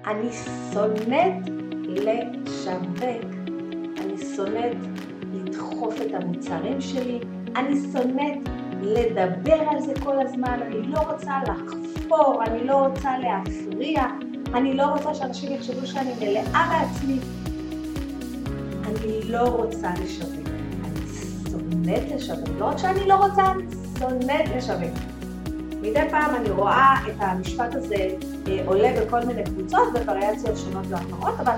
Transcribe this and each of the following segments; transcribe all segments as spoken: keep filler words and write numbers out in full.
אני שונאת לשווק, אני שונאת לדחוף את המוצרים שלי, אני שונאת לדבר על זה כל הזמן, אני לא רוצה לחפור, אני לא רוצה להפריע, אני לא רוצה שאנשים יחשבו שאני מלאה בעצמי, אני לא רוצה לשווק, אני שונאת לשווק, לא רק שאני לא רוצה, אני שונאת לשווק. מדי פעם אני רואה את המשפט הזה עולה בכל מיני קבוצות ווריאציות שונות ואחרות, אבל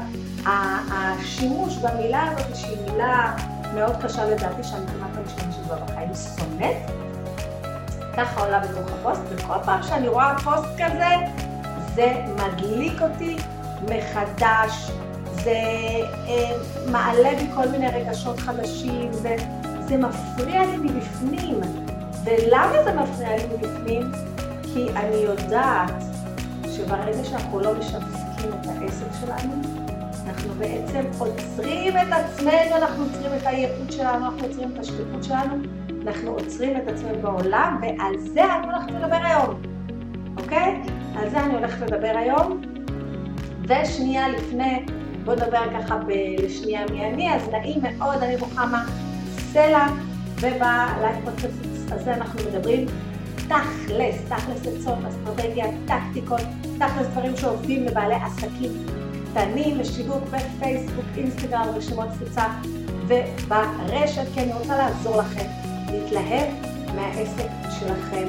השימוש במילה הזאת שהיא מילה מאוד קשה לדעתי, שאני כמעט לא משתמשת בה בחיים, שונאת, ככה עולה בתוך הפוסט, וכל פעם שאני רואה פוסט כזה, זה מדליק אותי מחדש, זה אה, מעלה בי כל מיני רגשות חדשים, זה, זה מפריע לי מבפנים. ולמה זה מפריע לי מבפנים? כי אני יודעת שברגע שאנחנו לא משווקים את העסק שלנו, אנחנו בעצם עוצרים את עצמנו, אנחנו עוצרים את הייעוד שלנו, אנחנו עוצרים את השליחות שלנו, אנחנו עוצרים את עצמנו בעולם, ועל זה אני הולכת לדבר היום, אוקיי? על זה אני הולכת לדבר היום. ושנייה לפני, בוא נדבר ככה ב- לשנייה מי אני, אז נעים מאוד, אני רוחמה סלע, ובלייב פודקאסט הזה אנחנו מדברים תכלס, תכלס עצות, אסטרטגיה, טקטיקות, תכלס דברים שעובדים לבעלי עסקים קטנים, לשיווק בפייסבוק, אינסטגרם, רשימות תפוצה וברשת, כי אני רוצה לעזור לכם להתלהב מהעסק שלכם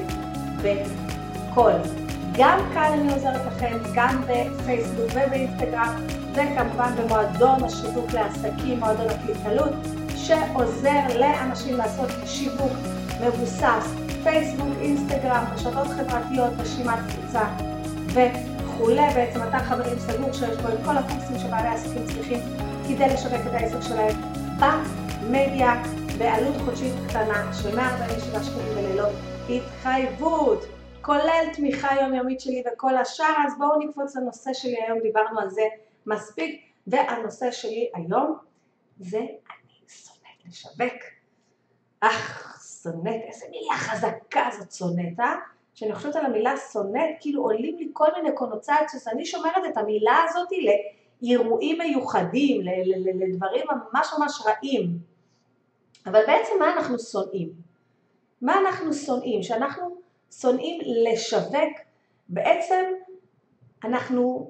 בכל. גם כאן אני עוזרת לכם, גם בפייסבוק ובאינסטגרם, וכמובן במועדון השיווק לעסקים, מועדון הקליטלות, שעוזר לאנשים לעשות שיווק מבוסס, פייסבוק, אינסטגרם, רשתות חברתיות, רשימת תפוצה וכולי. בעצם אתה חברים סגור שיש בו את כל הקורסים שבעלי עסקים צריכים כדי לשווק את העסק שלהם במדיה, בעלות חודשית קטנה של מאה ארבעים ושבעה שקלים וללא התחייבות, כולל תמיכה יומיומית שלי וכל השאר. אז בואו נקפוץ לנושא שלי היום, דיברנו על זה מספיק, והנושא שלי היום זה אני שונאת לשווק. אך, שונאת, איזה מילה חזקה זאת שונאת, אה? שאני חושבת על המילה שונאת, כאילו עולים לי כל מיני קונוטציות, אני שומרת את המילה הזאת לאירועים מיוחדים, לדברים ממש ממש רעים. אבל בעצם מה אנחנו שונאים? מה אנחנו שונאים? שאנחנו שונאים לשווק, בעצם אנחנו,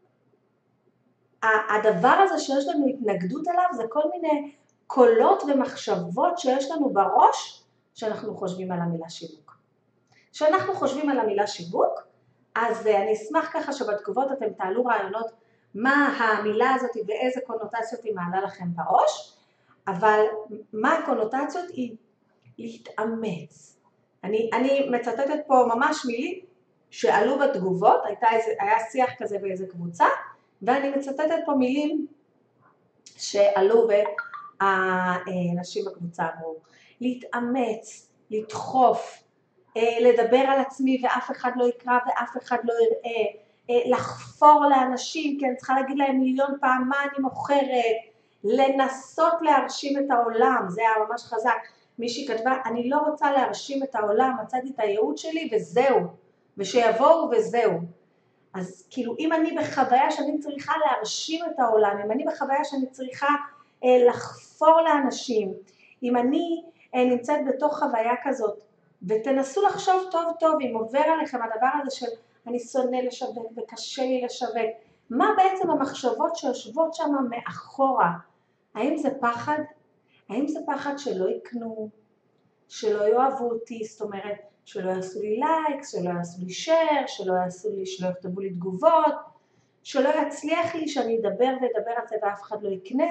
הדבר הזה שיש לנו התנגדות עליו זה כל מיני קולות ומחשבות שיש לנו בראש שאנחנו חושבים על המילה שיווק. כשאנחנו חושבים על המילה שיווק, אז אני אשמח ככה שבתגובות אתם תעלו רעיונות מה המילה הזאת ואיזה קונוטציות היא מעלה לכם בראש, אבל מה הקונוטציות היא להתאמץ. אני, אני מצטטת פה ממש מילים שעלו בתגובות, הייתה איזה, היה שיח כזה באיזה קבוצה, ואני מצטטת פה מילים שעלו והאנשים בקבוצה אמרו, להתאמץ, לדחוף, לדבר על עצמי ואף אחד לא יקרא ואף אחד לא יראה, לחפור לאנשים, כי אני צריכה להגיד להם מיליון פעם מה אני מוכרת, לנסות להרשים את העולם, זה היה ממש חזק. מישהי כתבה, אני לא רוצה להרשים את העולם, מצאתי את הייעוד שלי וזהו, ושיבואו וזהו. אז כאילו אם אני בחוויה שאני צריכה להרשים את העולם, אם אני בחוויה שאני צריכה אה, לחפור לאנשים, אם אני אה, נמצאת בתוך חוויה כזאת, ותנסו לחשוב טוב טוב אם עובר עליכם הדבר הזה של אני שונא לשווק וקשה לי לשווק, מה בעצם המחשבות שיושבות שם מאחורה? האם זה פחד? האם זה פחד שלא יקנו, שלא יאהבו אותי, זאת אומרת שלא יעשו לי לייקס, שלא יעשו לי שייר, שלא יעשו לי, שלא יכתבו לי תגובות, שלא יצליח לי שאני אדבר ואדבר על זה ואף אחד לא יקנה?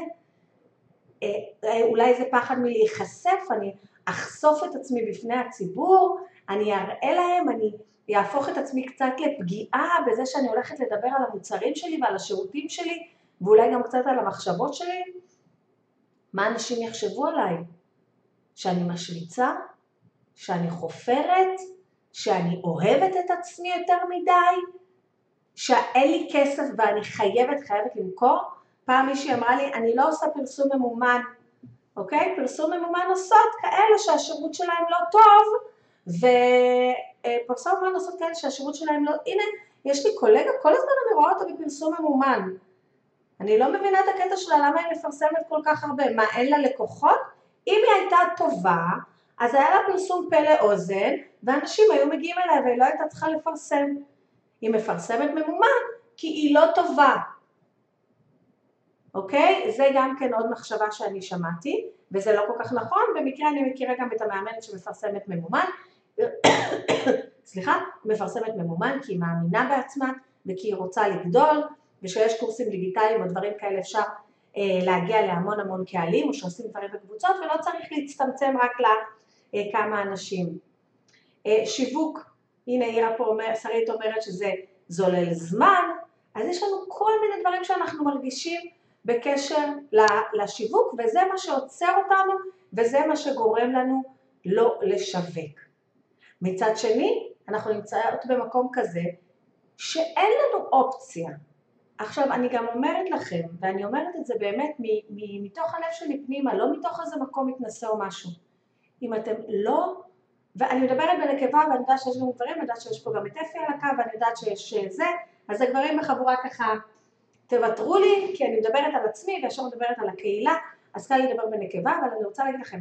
אולי זה פחד מלהיחשף, אני אחשוף את עצמי בפני הציבור, אני אראה להם, אני יהפוך את עצמי קצת לפגיעה בזה שאני הולכת לדבר על המוצרים שלי ועל השירותים שלי, ואולי גם קצת על המחשבות שלי. מה אנשים יחשבו עליי? שאני משליצה? שאני חופרת? שאני אוהבת את עצמי יותר מדי? שאין לי כסף ואני חייבת, חייבת למכור? פעם מישהי אמרה לי, אני לא עושה פרסום ממומן, אוקיי? פרסום ממומן עושות כאלה שהשירות שלהם לא טוב, ופרסום ממומן עושות כאלה שהשירות שלהם לא, הנה, יש לי קולגה, כל הזמן אני רואה אותה בפרסום ממומן. אני לא מבינה את הקטע שלה, למה היא מפרסמת כל כך הרבה? מה, אין לה לקוחות? אם היא הייתה טובה, אז היה לה פרסום פה לאוזן, ואנשים היו מגיעים אליה והיא לא הייתה צריכה לפרסם. היא מפרסמת ממומן, כי היא לא טובה. אוקיי? זה גם כן עוד מחשבה שאני שמעתי, וזה לא כל כך נכון. במקרה אני מכירה גם את המאמנת שמפרסמת ממומן, סליחה, מפרסמת ממומן כי היא מאמינה בעצמה, וכי היא רוצה לגדול, ושיש קורסים דיגיטליים או דברים כאלה אפשר אה, להגיע להמון המון קהלים, או שעושים דברים בקבוצות, ולא צריך להצטמצם רק לכמה אנשים. אה, שיווק, הנה עירה פה, אומר, שרית אומרת שזה זולל זמן, אז יש לנו כל מיני דברים שאנחנו מרגישים בקשר לשיווק, וזה מה שעוצר אותנו, וזה מה גורם לנו לא לשווק. מצד שני, אנחנו נמצאות במקום כזה, שאין לנו אופציה. עכשיו, אני גם אומרת לכם, ואני אומרת את זה באמת מתוך הלב שלי פנימה, לא מתוך איזה מקום מתנשא או משהו. אם אתם לא, ואני מדברת בנקבה, ואני יודעת שיש גם גברים, אני יודעת שיש פה גם את אפי על הקו, ואני יודעת שיש זה, אז הגברים בחבורה ככה, תוותרו לי, כי אני מדברת על עצמי, וישר מדברת על הקהילה, אז קל לדבר בנקבה, אבל אני רוצה להגיד לכם,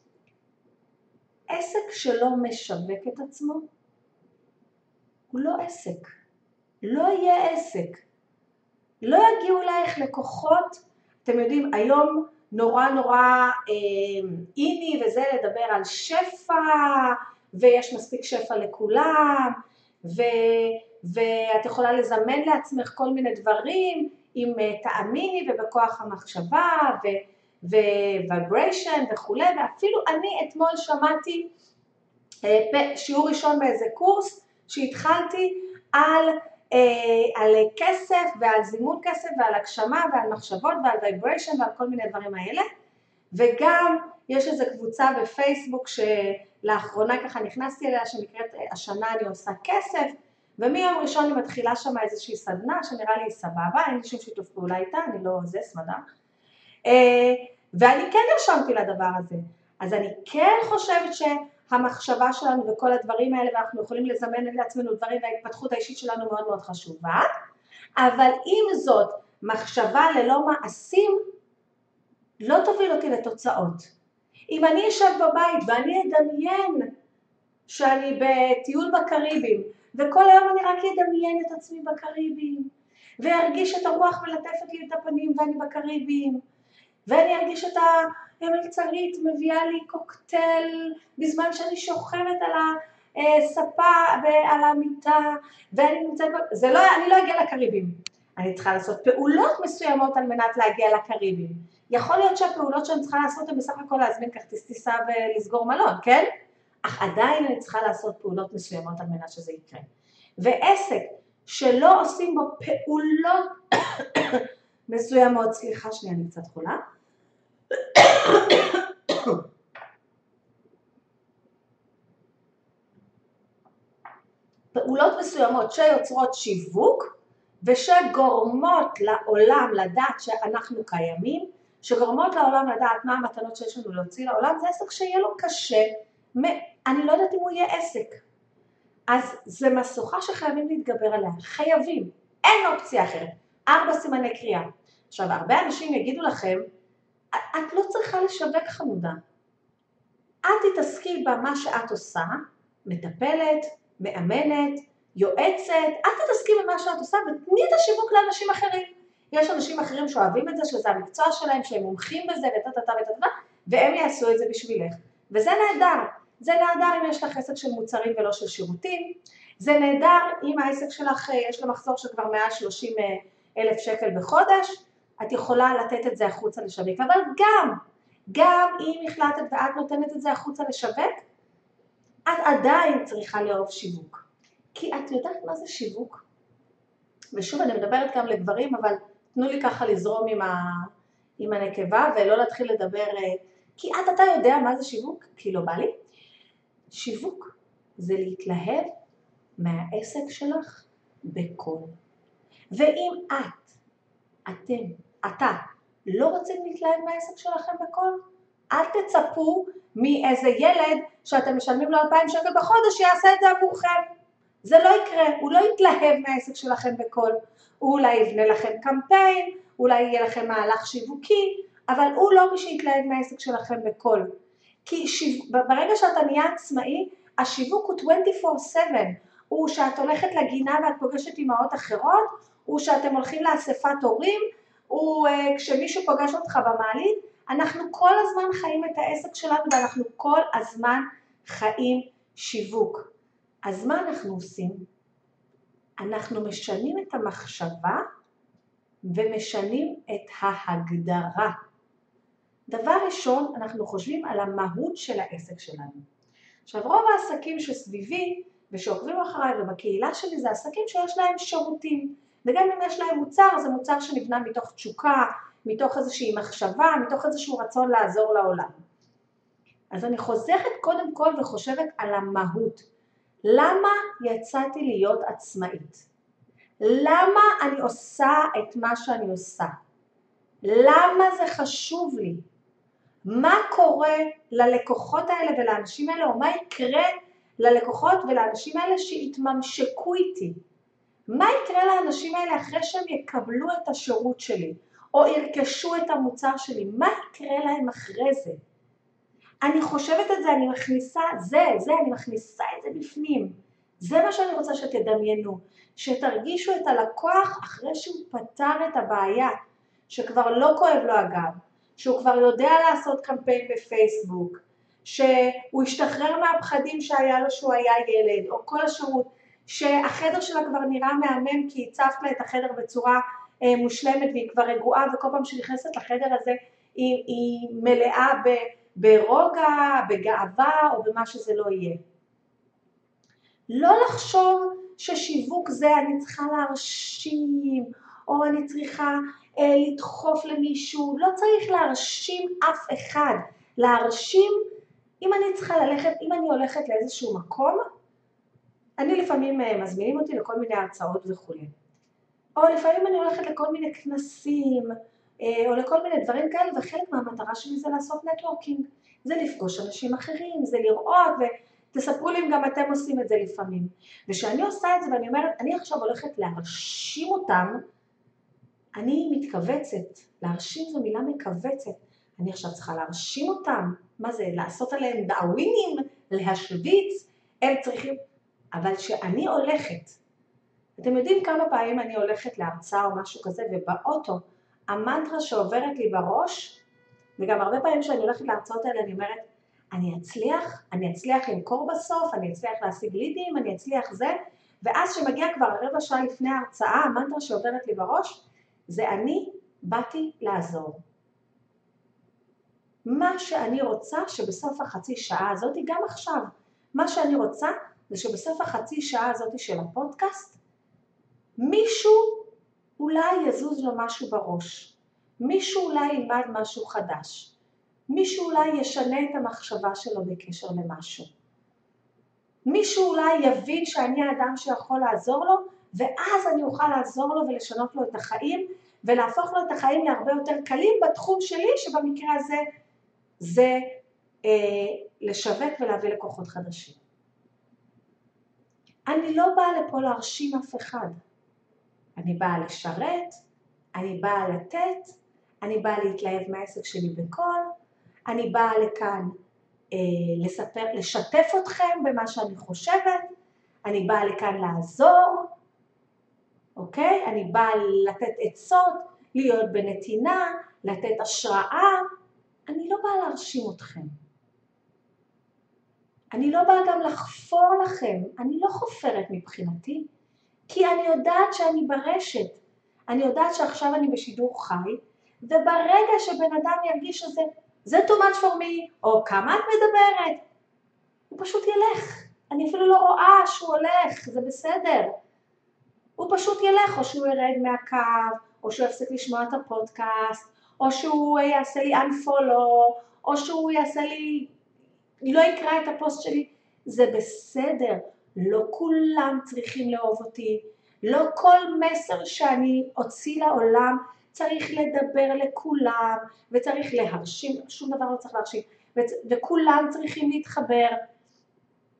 עסק שלא משווק את עצמו, הוא לא עסק, לא יהיה עסק, לא יגיעו אלייך לקוחות, אתם יודעים, היום נורא נורא אה, איני וזה לדבר על שפע, ויש מספיק שפע לכולם, ו, ואת יכולה לזמן לעצמך כל מיני דברים, עם תאמיני ובכוח המחשבה, ו, וויבריישן וכו', ואפילו אני אתמול שמעתי אה, שיעור ראשון באיזה קורס, שהתחלתי על, אה, על כסף ועל זימון כסף ועל הגשמה ועל מחשבות ועל וייבריישן ועל כל מיני דברים האלה, וגם יש איזו קבוצה בפייסבוק שלאחרונה ככה נכנסתי אליה שנקראת השנה אני עושה כסף, ומיום ראשון אני מתחילה שם איזושהי סדנה שנראה לי סבבה, אין לי שום שיתוף פעולה איתה, אני לא זה סמדה, אה, ואני כן נרשמתי לדבר הזה, אז אני כן חושבת ש... המחשבה שלנו וכל הדברים האלה, ואנחנו יכולים לזמן לעצמנו דברים, וההתפתחות האישית שלנו מאוד מאוד חשובה, אבל עם זאת, מחשבה ללא מעשים, לא תוביל אותי לתוצאות. אם אני אשב בבית ואני אדמיין שאני בטיול בקריבים, וכל היום אני רק אדמיין את עצמי בקריבים, וארגיש את הרוח מלטפת לי את הפנים ואני בקריבים, ואני ארגיש את המלצרית מביאה לי קוקטייל בזמן שאני שוכבת על הספה ועל המיטה, ואני נמצאת, זה לא, אני לא אגיע לקריבים, אני צריכה לעשות פעולות מסוימות על מנת להגיע לקריבים. יכול להיות שהפעולות שאני צריכה לעשות הן בסך הכל להזמין כרטיס טיסה ולסגור מלון, כן? אך עדיין אני צריכה לעשות פעולות מסוימות על מנת שזה יקרה. ועסק שלא עושים בו פעולות מסוימות, סליחה שנייה, אני קצת חולה, פעולות מסוימות שיוצרות שיווק ושגורמות לעולם לדעת שאנחנו קיימים, שגורמות לעולם לדעת מה המתנות שיש לנו להוציא לעולם, זה עסק שיהיה לו קשה, אני לא יודעת אם הוא יהיה עסק, אז זה מסוכה שחייבים להתגבר עליה, חייבים, אין אופציה אחרת, ארבע סימני קריאה. עכשיו הרבה אנשים יגידו לכם, את לא צריכה לשווק חמודה, את תתעסקי במה שאת עושה, מטפלת, מאמנת, יועצת, את תתעסקי במה שאת עושה ותני את השיווק לאנשים אחרים. יש אנשים אחרים שאוהבים את זה, שזה המקצוע שלהם, שהם מומחים בזה וטטטה וטטטה, והם יעשו את זה בשבילך. וזה נהדר, זה נהדר אם יש לך עסק של מוצרים ולא של שירותים, זה נהדר אם העסק שלך יש לו מחזור של כבר מעל שלושים אלף שקל בחודש, את יכולה לתת את זה החוצה לשווק, אבל גם, גם אם החלטת ואת נותנת את זה החוצה לשווק, את עדיין צריכה לאהוב שיווק. כי את יודעת מה זה שיווק? ושוב, אני מדברת גם לגברים, אבל תנו לי ככה לזרום עם, ה... עם הנקבה, ולא להתחיל לדבר, כי את, אתה יודע מה זה שיווק? כי לא בא לי. שיווק זה להתלהב מהעסק שלך בכל. ואם את, אתם, אתה, לא רוצים להתלהב מהעסק שלכם בכל, אל תצפו מאיזה ילד שאתם משלמים לו אלפיים שקל בחודש שיעשה את זה עבורכם. זה לא יקרה, הוא לא יתלהב מהעסק שלכם בכל, הוא אולי יבנה לכם קמפיין, אולי יהיה לכם מהלך שיווקי, אבל הוא לא מי שיתלהב מהעסק שלכם בכל. כי שיו... ברגע שאתה נהיה עצמאי, השיווק הוא עשרים וארבע שבע, הוא שאת הולכת לגינה ואת פוגשת אימהות אחרות, הוא שאתם הולכים לאספת הורים, הוא uh, כשמישהו פוגש אותך במעלית, אנחנו כל הזמן חיים את העסק שלנו ואנחנו כל הזמן חיים שיווק. אז מה אנחנו עושים? אנחנו משנים את המחשבה ומשנים את ההגדרה. דבר ראשון, אנחנו חושבים על המהות של העסק שלנו. עכשיו, רוב העסקים שסביבי ושעוקבים אחריי ובקהילה שלי זה עסקים שיש להם שירותים. וגם אם יש להם מוצר, זה מוצר שנבנה מתוך תשוקה, מתוך איזושהי מחשבה, מתוך איזשהו רצון לעזור לעולם. אז אני חוזרת קודם כל וחושבת על המהות. למה יצאתי להיות עצמאית? למה אני עושה את מה שאני עושה? למה זה חשוב לי? מה קורה ללקוחות האלה ולאנשים האלה, או מה יקרה ללקוחות ולאנשים האלה שיתממשקו איתי? מה יקרה לאנשים האלה אחרי שהם יקבלו את השירות שלי, או ירכשו את המוצר שלי? מה יקרה להם אחרי זה? אני חושבת את זה, אני מכניסה, זה, זה, אני מכניסה את זה בפנים. זה מה שאני רוצה שתדמיינו, שתרגישו את הלקוח אחרי שהוא פתר את הבעיה, שכבר לא כואב לו הגב, שהוא כבר יודע לעשות קמפיין בפייסבוק, שהוא השתחרר מהפחדים שהיה לו שהוא היה ילד, או כל השירות, שהחדר שלה כבר נראה מהמם כי הצפת לה את החדר בצורה אה, מושלמת והיא כבר רגועה, וכל פעם שנכנסת לחדר הזה היא, היא מלאה ב, ברוגע, בגאווה או במה שזה לא יהיה. לא לחשוב ששיווק זה אני צריכה להרשים, או אני צריכה אה, לדחוף למישהו, לא צריך להרשים אף אחד. להרשים, אם אני צריכה ללכת, אם אני הולכת לאיזשהו מקום, אני לפעמים מזמינים אותי לכל מיני הרצאות וכו'. או לפעמים אני הולכת לכל מיני כנסים, או לכל מיני דברים כאלה, וחלק מהמטרה שלי זה לעשות נטוורקינג. זה לפגוש אנשים אחרים, זה לראות, ותספרו לי אם גם אתם עושים את זה לפעמים. ושאני עושה את זה ואני אומרת, אני עכשיו הולכת להרשים אותם, אני מתכווצת. להרשים זו מילה מכווצת. אני עכשיו צריכה להרשים אותם. מה זה? לעשות עליהם דאווינים, להשוויץ, הם צריכים... אבל שאני הולכת, אתם יודעים כמה פעמים אני הולכת להרצאה או משהו כזה, ובאוטו המנטרה שעוברת לי בראש, וגם הרבה פעמים שאני הולכת להרצאות האלה, אני אומרת, אני אצליח, אני אצליח למכור בסוף, אני אצליח להשיג לידים, אני אצליח זה, ואז שמגיע כבר רבע שעה לפני ההרצאה, המנטרה שעוברת לי בראש, זה אני באתי לעזור. מה שאני רוצה שבסוף החצי שעה הזאת, גם עכשיו, מה שאני רוצה, זה שבסוף החצי שעה הזאת של הפודקאסט, מישהו אולי יזוז לו משהו בראש, מישהו אולי ילמד משהו חדש, מישהו אולי ישנה את המחשבה שלו בקשר למשהו, מישהו אולי יבין שאני האדם שיכול לעזור לו, ואז אני אוכל לעזור לו ולשנות לו את החיים, ולהפוך לו את החיים להרבה יותר קלים בתחום שלי, שבמקרה הזה זה אה, לשווק ולהביא לקוחות חדשים. אני לא באה לפה להרשים אף אחד. אני באה לשרת, אני באה לתת, אני באה להתלהב מהעסק שלי בכל, אני באה לכאן אה, לספר, לשתף אתכם במה שאני חושבת, אני באה לכאן לעזור, אוקיי? אני באה לתת עצות, להיות בנתינה, לתת השראה, אני לא באה להרשים אתכם. אני לא באה גם לחפור לכם, אני לא חופרת מבחינתי, כי אני יודעת שאני ברשת, אני יודעת שעכשיו אני בשידור חי, וברגע שבן אדם ירגיש שזה, זה too much for me, או כמה את מדברת, הוא פשוט ילך, אני אפילו לא רואה שהוא הולך, זה בסדר, הוא פשוט ילך, או שהוא ירד מהקו, או שהוא יפסיק לשמוע את הפודקאסט, או שהוא יעשה לי unfollow, או שהוא יעשה לי... אני לא אקרא את הפוסט שלי, זה בסדר, לא כולם צריכים לאהוב אותי, לא כל מסר שאני אוציא לעולם צריך לדבר לכולם, וצריך להרשים, שום דבר לא צריך להרשים, וכולם צריכים להתחבר.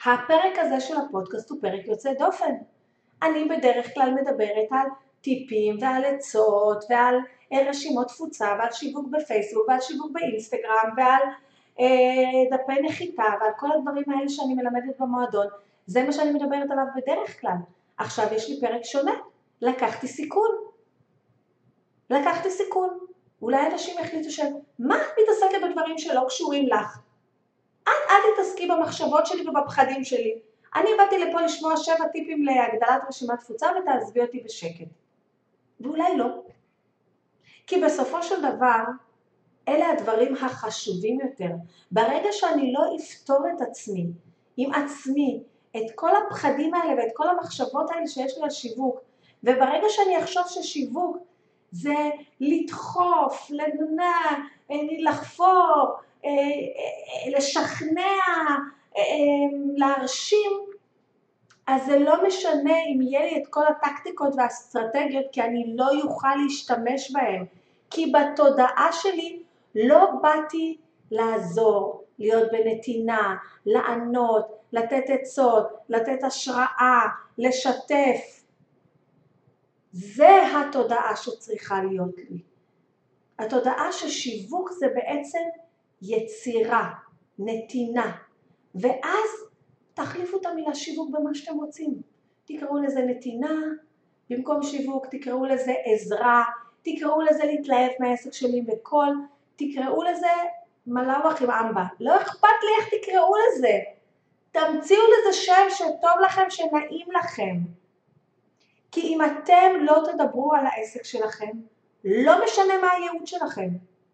הפרק הזה של הפודקאסט הוא פרק יוצא דופן. אני בדרך כלל מדברת על טיפים ועל עצות ועל רשימות תפוצה ועל שיווק בפייסבוק ועל שיווק באינסטגרם ועל אה, דפי נחיתה ועל כל הדברים האלה שאני מלמדת במועדון. זה מה שאני מדברת עליו בדרך כלל. עכשיו יש לי פרק שונה. לקחתי סיכון. לקחתי סיכון. אולי אנשים יחליטו של, מה את מתעסקת בדברים שלא קשורים לך? את אל תתעסקי במחשבות שלי ובפחדים שלי. אני באתי לפה לשמוע שבע טיפים להגדלת רשימת תפוצה ותעזבי אותי בשקט. ואולי לא. כי בסופו של דבר, אלה הדברים החשובים יותר. ברגע שאני לא אפתור את עצמי, עם עצמי, את כל הפחדים האלה ואת כל המחשבות האלה שיש לי על שיווק, וברגע שאני אחשוב ששיווק זה לדחוף, לנע, לחפור, לשכנע, להרשים, אז זה לא משנה אם יהיה לי את כל הטקטיקות והאסטרטגיות, כי אני לא יוכל להשתמש בהן. כי בתודעה שלי לא באתי לעזור, להיות בנתינה, לענות, לתת עצות, לתת השראה, לשתף. זה התודעה שצריכה להיות לי. התודעה ששיווק זה בעצם יצירה, נתינה, ואז תחליפו את המילה שיווק במה שאתם רוצים. תקראו לזה נתינה, במקום שיווק תקראו לזה עזרה, תקראו לזה להתלהב מהעסק שלי בכל, תקראו לזה מלאוח עם אמבה. לא אכפת לי איך תקראו לזה. תמציאו לזה שם שטוב לכם, שנעים לכם. כי אם אתם לא תדברו על העסק שלכם, לא משנה מה הייעוד שלכם.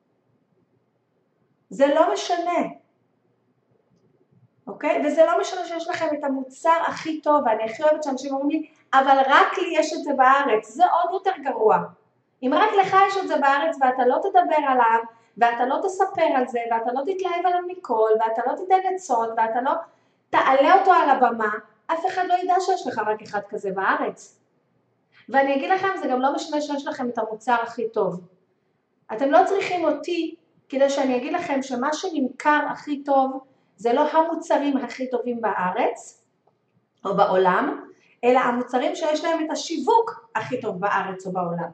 זה לא משנה. אוקיי? וזה לא משנה שיש לכם את המוצר הכי טוב, ואני הכי אוהבת שאנשים אומרים לי, אבל רק לי יש את זה בארץ. זה עוד יותר גרוע. אם רק לך יש את זה בארץ ואתה לא תדבר עליו, ואתה לא תספר על זה, ואתה לא תתלהב עליו מכל, ואתה לא תיתן עצות, ואתה לא תעלה אותו על הבמה, אף אחד לא ידע שיש לך רק אחד כזה בארץ. ואני אגיד לכם, זה גם לא משנה שיש לכם את המוצר הכי טוב. אתם לא צריכים אותי כדי שאני אגיד לכם שמה שנמכר הכי טוב, זה לא המוצרים הכי טובים בארץ, או בעולם, אלא המוצרים שיש להם את השיווק הכי טוב בארץ או בעולם.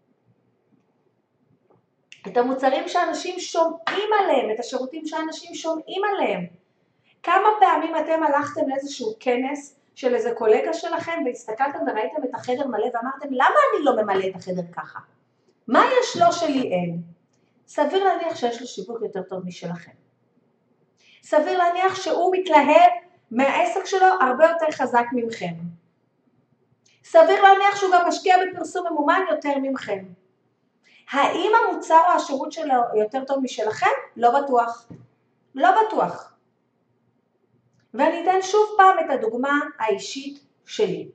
את המוצרים שאנשים שומעים עליהם, את השירותים שאנשים שומעים עליהם. כמה פעמים אתם הלכתם לאיזשהו כנס של איזה קולגה שלכם, והסתכלתם וראיתם את החדר מלא ואמרתם, למה אני לא ממלא את החדר ככה? מה יש לו שלי אין? סביר להניח שיש לו שיווק יותר טוב משלכם. סביר להניח שהוא מתלהב מהעסק שלו הרבה יותר חזק ממכם. סביר להניח שהוא גם משקיע בפרסום ממומן יותר ממכם. האם המוצר או השירות שלו יותר טוב משלכם? לא בטוח. לא בטוח. ואני אתן שוב פעם את הדוגמה האישית שלי.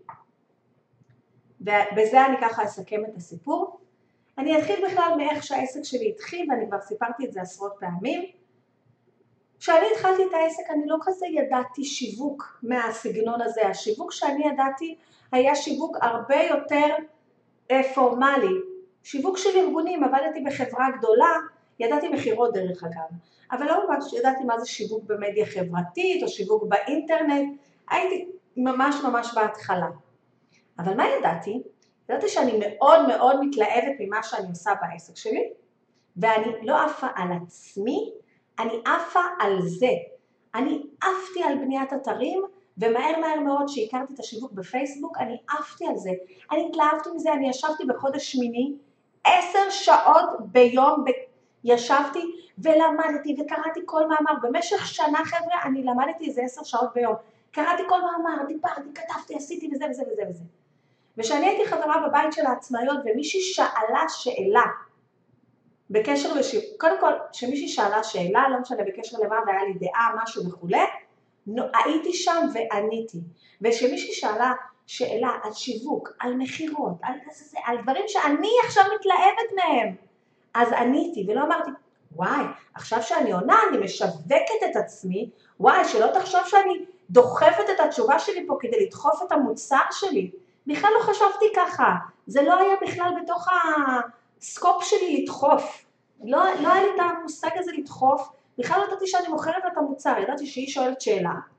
ובזה אני ככה אסכם את הסיפור. אני אתחיל בכלל מאיך שהעסק שלי התחיל, ואני כבר סיפרתי את זה עשרות פעמים. כשאני התחלתי את העסק אני לא כזה ידעתי שיווק מהסגנון הזה. השיווק שאני ידעתי היה שיווק הרבה יותר פורמלי. שיווק של ארגונים, עבדתי בחברה גדולה, ידעתי מחירות דרך אגב, אבל לא ממש ידעתי מה זה שיווק במדיה חברתית או שיווק באינטרנט, הייתי ממש ממש בהתחלה. אבל מה ידעתי? ידעתי שאני מאוד מאוד מתלהבת ממה שאני עושה בעסק שלי, ואני לא עפה על עצמי, אני עפה על זה. אני עפתי על בניית אתרים, ומהר מהר מאוד שהכרתי את השיווק בפייסבוק, אני עפתי על זה. אני התלהבתי מזה, אני ישבתי בחודש שמיני, עשר שעות ביום ב... ישבתי ולמדתי וקראתי כל מאמר. במשך שנה חבר'ה אני למדתי איזה עשר שעות ביום. קראתי כל מאמר, דיברתי, כתבתי, עשיתי וזה וזה וזה וזה. ושאני הייתי חברה בבית של העצמאיות ומישהי שאלה שאלה בקשר לשיווק, קודם כל שמישהי שאלה שאלה, לא משנה בקשר למה והיה לי דעה, משהו וכולי, הייתי שם ועניתי. ושמישהי שאלה שאלה על שיווק, על מחירות, על, על דברים שאני עכשיו מתלהבת מהם, אז עניתי ולא אמרתי, וואי, עכשיו שאני עונה, אני משווקת את עצמי, וואי, שלא תחשוב שאני דוחפת את התשובה שלי פה כדי לדחוף את המוצר שלי. בכלל לא חשבתי ככה, זה לא היה בכלל בתוך הסקופ שלי לדחוף, לא, לא היה לי את המושג הזה לדחוף, בכלל לא ידעתי שאני מוכרת את המוצר, ידעתי שהיא שואלת שאלה,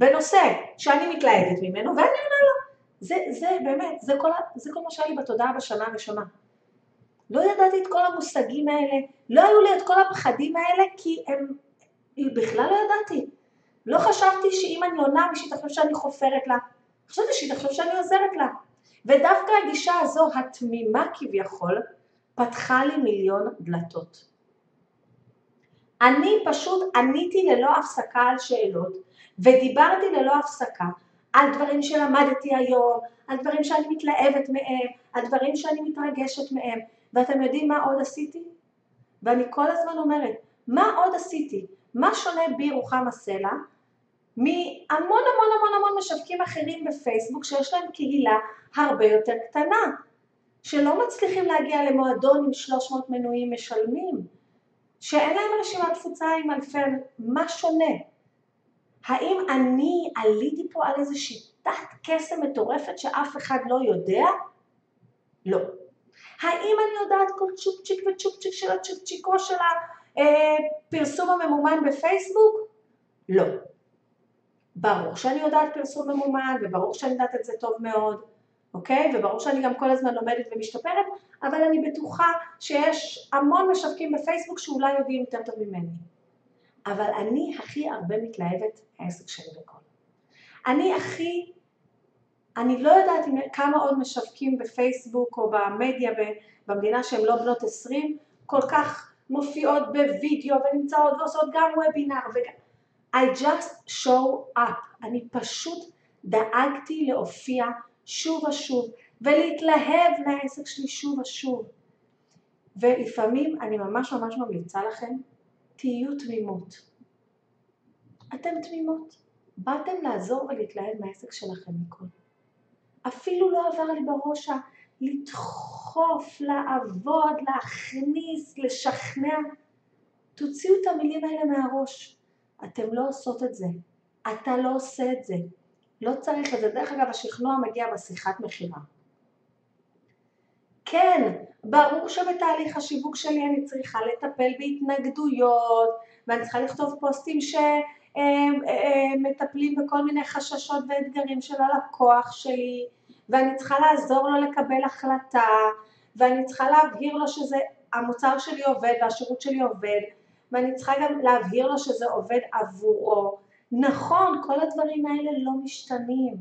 בנושא שאני מתלהבת ממנו, ואני עונה לו. זה, זה באמת, זה כל, זה כל מה שהיה לי בתודעה בשנה הראשונה. לא ידעתי את כל המושגים האלה, לא היו לי את כל הפחדים האלה, כי הם, בכלל לא ידעתי. לא חשבתי שאם אני עונה, מישהי תחשוב שאני חופרת לה, חשבתי שהיא תחשוב שאני עוזרת לה. ודווקא הגישה הזו, התמימה כביכול, פתחה לי מיליון דלתות. אני פשוט עניתי ללא הפסקה על שאלות, ודיברתי ללא הפסקה על דברים שלמדתי היום, על דברים שאני מתלהבת מהם, על דברים שאני מתרגשת מהם, ואתם יודעים מה עוד עשיתי? ואני כל הזמן אומרת, מה עוד עשיתי? מה שונה בי רוחמה סלע מהמון המון המון המון משווקים אחרים בפייסבוק שיש להם קהילה הרבה יותר קטנה, שלא מצליחים להגיע למועדון עם שלוש מאות מנויים משלמים, שאין להם רשימת תפוצה עם אלפי, מה שונה? האם אני עליתי פה על איזו שיטת קסם מטורפת שאף אחד לא יודע? לא. האם אני יודעת כל צ'ופצ'יק וצ'ופצ'יק של הצ'ופצ'יקו של הפרסום הממומן בפייסבוק? לא. ברור שאני יודעת פרסום ממומן, וברור שאני יודעת את זה טוב מאוד, אוקיי? וברור שאני גם כל הזמן לומדת ומשתפרת, אבל אני בטוחה שיש המון משווקים בפייסבוק שאולי יודעים יותר טוב ממני. אבל אני הכי הרבה מתלהבת העסק שלי בכל. אני הכי, אני לא יודעת כמה עוד משווקים בפייסבוק או במדיה במדינה שהם לא בנות עשרים, כל כך מופיעות בווידאו ונמצאות ועושות גם וובינר וגם... I just show up. אני פשוט דאגתי להופיע שוב ושוב, ולהתלהב מהעסק שלי שוב ושוב. ולפעמים אני ממש ממש ממליצה לכם, תהיו תמימות. אתם תמימות. באתם לעזור ולהתלהב מהעסק שלכם מכל. אפילו לא עבר לי בראש לדחוף, לעבוד, להכניס, לשכנע. תוציאו את המילים האלה מהראש. אתם לא עושות את זה. אתה לא עושה את זה. לא צריך את זה. דרך אגב, השכנוע מגיע בשיחת מחירה. כן, ברור שבתהליך השיווק שלי אני צריכה לטפל בהתנגדויות, ואני צריכה לכתוב פוסטים שמטפלים בכל מיני חששות ואתגרים של הלקוח שלי, ואני צריכה לעזור לו לקבל החלטה, ואני צריכה להבהיר לו שזה, המוצר שלי עובד והשירות שלי עובד, ואני צריכה גם להבהיר לו שזה עובד עבורו. נכון, כל הדברים האלה לא משתנים,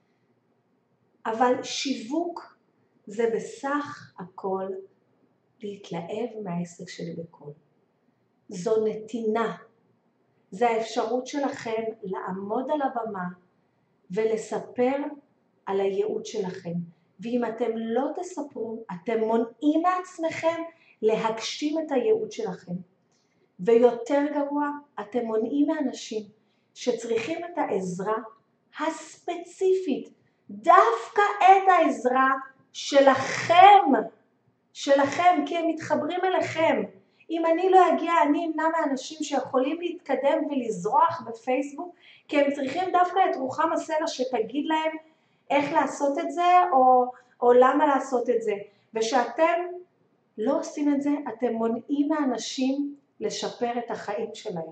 אבל שיווק זה בסך הכל להתלהב מהעסק שלי בכל. זו נתינה, זה האפשרות שלכם לעמוד על הבמה ולספר על הייעוד שלכם. ואם אתם לא תספרו, אתם מונעים מעצמכם להגשים את הייעוד שלכם. ויותר גרוע, אתם מונעים מאנשים שצריכים את העזרה הספציפית, דווקא את העזרה שלכם, שלכם, כי הם מתחברים אליכם. אם אני לא אגיע, אני אמנע מאנשים שיכולים להתקדם ולזרוח בפייסבוק, כי הם צריכים דווקא את רוחמה סלע שתגיד להם איך לעשות את זה, או, או למה לעשות את זה. ושאתם לא עושים את זה, אתם מונעים מאנשים לשפר את החיים שלהם.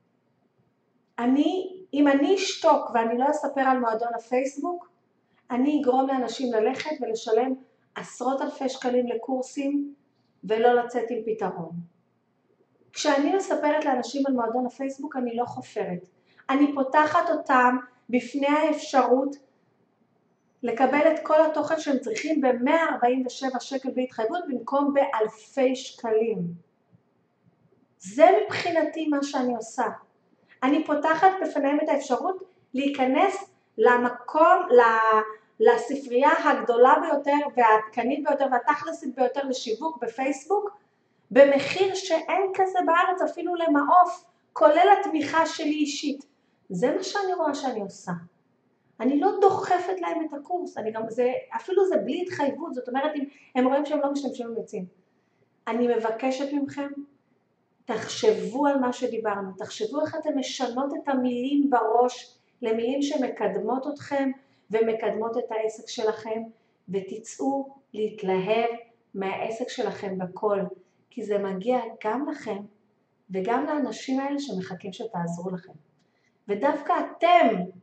אני, אם אני אשתוק ואני לא אספר על מועדון הפייסבוק, אני אגרום לאנשים ללכת ולשלם עשרות אלפי שקלים לקורסים ולא לצאת עם פתרון. כשאני מספרת לאנשים על מועדון הפייסבוק אני לא חופרת. אני פותחת אותם בפני האפשרות לקבל את כל התוכן שהם צריכים ב-מאה ארבעים ושבע שקל בהתחייבות במקום באלפי שקלים. זה מבחינתי מה שאני עושה. אני פותחת בפניהם את האפשרות להיכנס למקום, לספרייה הגדולה ביותר והעדכנית ביותר והתכלסית ביותר לשיווק בפייסבוק, במחיר שאין כזה בארץ אפילו למעוף, כולל התמיכה שלי אישית. זה מה שאני רואה שאני עושה. אני לא דוחפת להם את הקורס, אני גם, זה, אפילו זה בלי התחייבות, זאת אומרת, אם הם רואים שהם לא משתמשים במיצים. אני מבקשת מכם, תחשבו על מה שדיברנו, תחשבו איך אתם משנות את המילים בראש, למילים שמקדמות אתכם ומקדמות את העסק שלכם, ותצאו להתלהב מהעסק שלכם בכל, כי זה מגיע גם לכם וגם לאנשים האלה שמחכים שתעזרו לכם. ודווקא אתם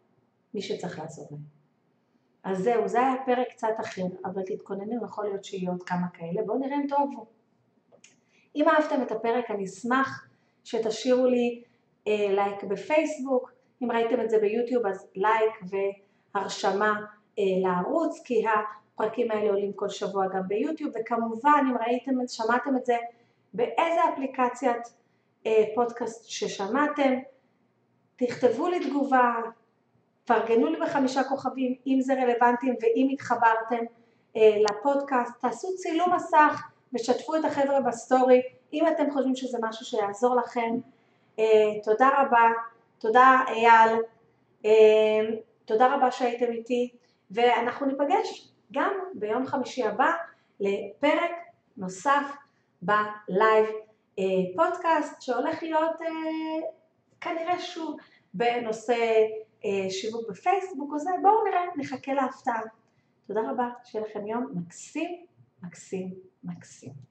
מי שצריך לעזור להם. אז זהו, זה היה פרק קצת אחר, אבל תתכוננו, יכול להיות שיהיו עוד כמה כאלה, בואו נראה אם תאהבו. אם אהבתם את הפרק, אני אשמח שתשאירו לי אה, לייק בפייסבוק, אם ראיתם את זה ביוטיוב אז לייק והרשמה אה, לערוץ, כי הפרקים האלה עולים כל שבוע גם ביוטיוב, וכמובן אם ראיתם, שמעתם את זה באיזה אפליקציית אה, פודקאסט ששמעתם, תכתבו לי תגובה, פרגנו לי בחמישה כוכבים, אם זה רלוונטי ואם התחברתם אה, לפודקאסט, תעשו צילום מסך ושתפו את החבר'ה בסטורי, אם אתם חושבים שזה משהו שיעזור לכם. אה, תודה רבה, תודה אייל, אה, תודה רבה שהייתם איתי, ואנחנו ניפגש גם ביום חמישי הבא לפרק נוסף בלייב אה, פודקאסט, שהולך להיות אה, כנראה שוב בנושא אה, שיווק בפייסבוק או זה, בואו נראה, נחכה להפתעה. תודה רבה, שיהיה לכם יום מקסים, מקסים, מקסים.